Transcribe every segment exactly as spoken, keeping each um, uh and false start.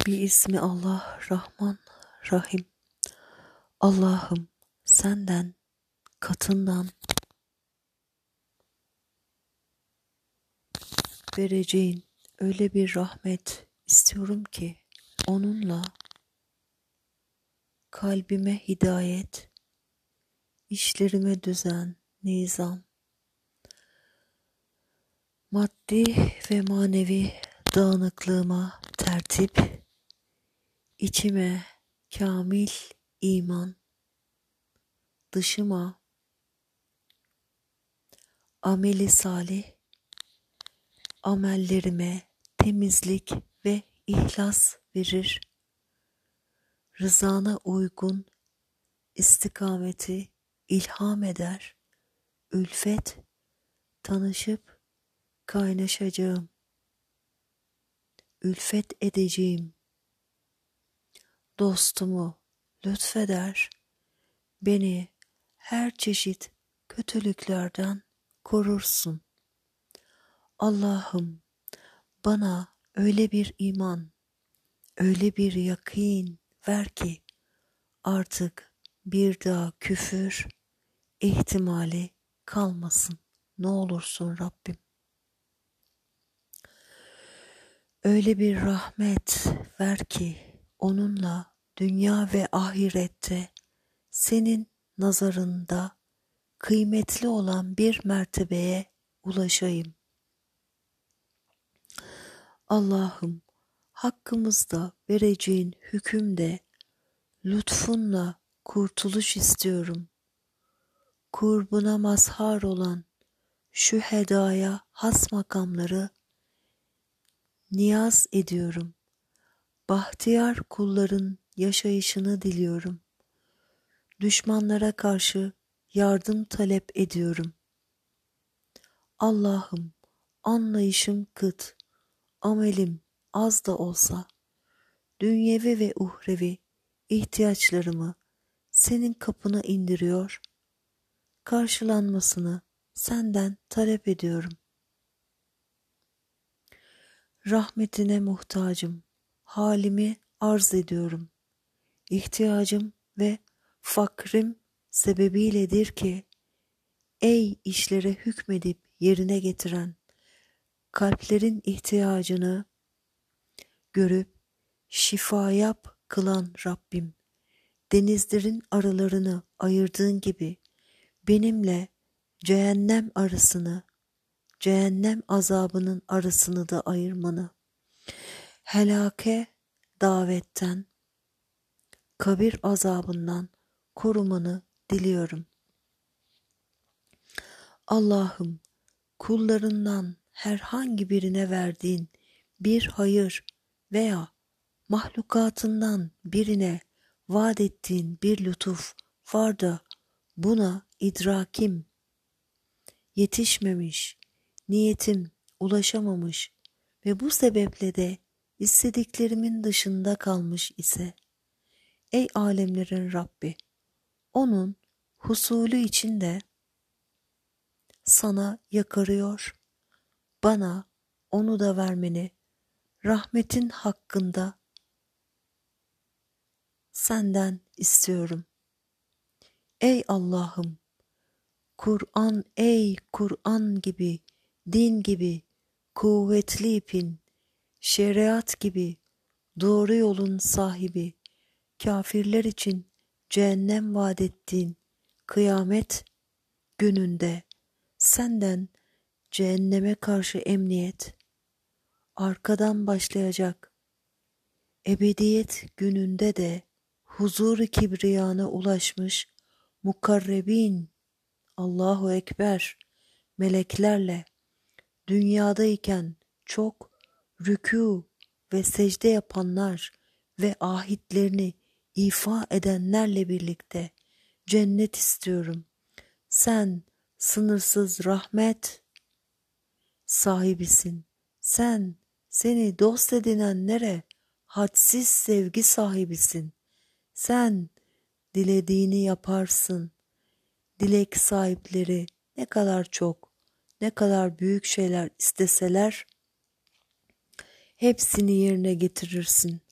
Biismi Allah Rahman Rahim. Allah'ım senden, katından vereceğin öyle bir rahmet istiyorum ki onunla kalbime hidayet, işlerime düzen, nizam, maddi ve manevi dağınıklığıma tertip, içime kamil iman, dışıma ameli salih, amellerime temizlik ve ihlas verir, rızana uygun istikameti ilham eder, ülfet tanışıp kaynaşacağım, ülfet edeceğim, dostumu lütfeder, beni her çeşit kötülüklerden korursun. Allah'ım bana öyle bir iman, öyle bir yakîn ver ki artık bir daha küfür ihtimali kalmasın. Ne olursun Rabbim. Öyle bir rahmet ver ki onunla dünya ve ahirette senin nazarında kıymetli olan bir mertebeye ulaşayım. Allah'ım hakkımızda vereceğin hükümde lütfunla kurtuluş istiyorum. Kurbuna mazhar olan şu hedaya has makamları niyaz ediyorum. Bahtiyar kulların yaşayışını diliyorum. Düşmanlara karşı yardım talep ediyorum. Allah'ım anlayışım kıt, amelim az da olsa, dünyevi ve uhrevi ihtiyaçlarımı senin kapına indiriyor, karşılanmasını senden talep ediyorum. Rahmetine muhtacım, halimi arz ediyorum. İhtiyacım ve fakrim sebebiyledir ki, ey işlere hükmedip yerine getiren, kalplerin ihtiyacını görüp şifa yap kılan Rabbim, denizlerin aralarını ayırdığın gibi benimle cehennem arasını, cehennem azabının arasını da ayırmanı, helake davetten, kabir azabından korumanı diliyorum. Allah'ım kullarından herhangi birine verdiğin bir hayır veya mahlukatından birine vaat ettiğin bir lütuf var da buna idrakim yetişmemiş, niyetim ulaşamamış ve bu sebeple de istediklerimin dışında kalmış ise, ey alemlerin Rabbi, onun husulü içinde sana yakarıyor, bana onu da vermeni, rahmetin hakkında senden istiyorum. Ey Allah'ım, Kur'an ey Kur'an gibi, din gibi, kuvvetli ipin, şeriat gibi, doğru yolun sahibi, kafirler için cehennem vaat ettiğin kıyamet gününde senden cehenneme karşı emniyet, arkadan başlayacak ebediyet gününde de huzur-u kibriyana ulaşmış mukarrebin, Allahu Ekber, meleklerle dünyadayken çok rükû ve secde yapanlar ve ahitlerini ifa edenlerle birlikte cennet istiyorum. Sen sınırsız rahmet sahibisin. Sen seni dost edinenlere hadsiz sevgi sahibisin. Sen dilediğini yaparsın. Dilek sahipleri ne kadar çok, ne kadar büyük şeyler isteseler hepsini yerine getirirsin.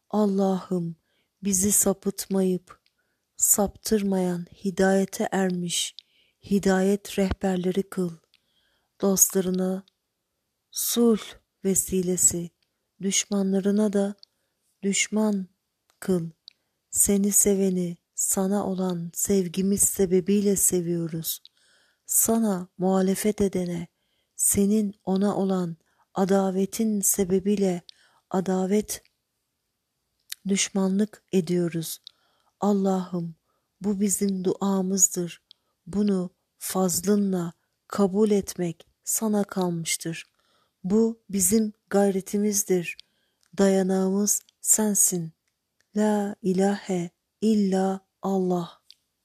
Allah'ım bizi sapıtmayıp saptırmayan hidayete ermiş hidayet rehberleri kıl. Dostlarına sulh vesilesi, düşmanlarına da düşman kıl. Seni seveni sana olan sevgimiz sebebiyle seviyoruz. Sana muhalefet edene, senin ona olan adavetin sebebiyle adavet, düşmanlık ediyoruz. Allah'ım bu bizim duamızdır. Bunu fazlınla kabul etmek sana kalmıştır. Bu bizim gayretimizdir. Dayanağımız sensin. La ilahe illa Allah.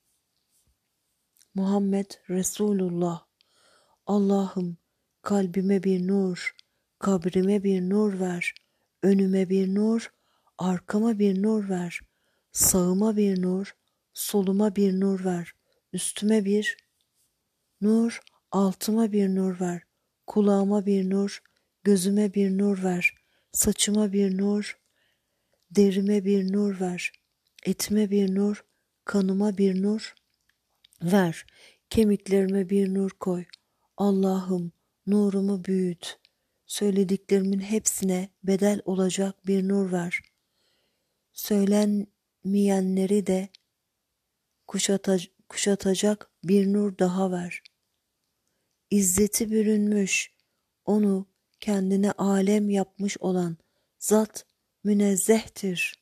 Muhammed Resulullah. Allah'ım kalbime bir nur, kabrime bir nur ver, önüme bir nur, arkama bir nur ver, sağıma bir nur, soluma bir nur ver, üstüme bir nur, altıma bir nur ver, kulağıma bir nur, gözüme bir nur ver, saçıma bir nur, derime bir nur ver, etime bir nur, kanıma bir nur ver, kemiklerime bir nur koy. Allah'ım nurumu büyüt. Söylediklerimin hepsine bedel olacak bir nur ver. Söylenmeyenleri de kuşata- kuşatacak bir nur daha ver. İzzeti bürünmüş, onu kendine alem yapmış olan zat münezzehtir.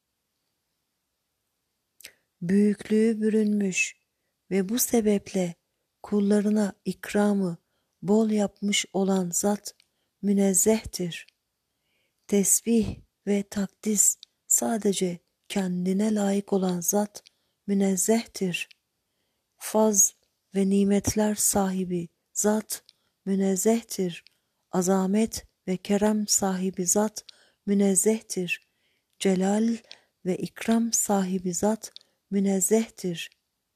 Büyüklüğü bürünmüş ve bu sebeple kullarına ikramı bol yapmış olan zat münezzehtir. Tesbih ve takdis sadece kendine layık olan zat münezzehtir. Faz ve nimetler sahibi zat münezzehtir. Azamet ve kerem sahibi zat münezzehtir. Celal ve ikram sahibi zat münezzehtir.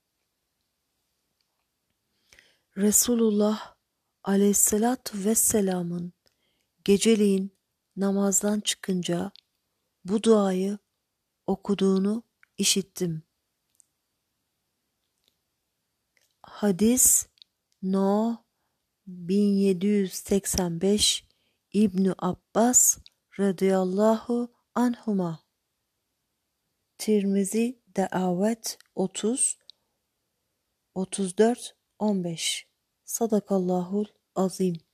Resulullah aleyhissalatu vesselamın geceliğin namazdan çıkınca bu duayı okuduğunu işittim. Hadis No bin yedi yüz seksen beş İbn Abbas radıyallahu anhuma. Tirmizi Davet otuz otuz dört on beş. Sadakallahul azim.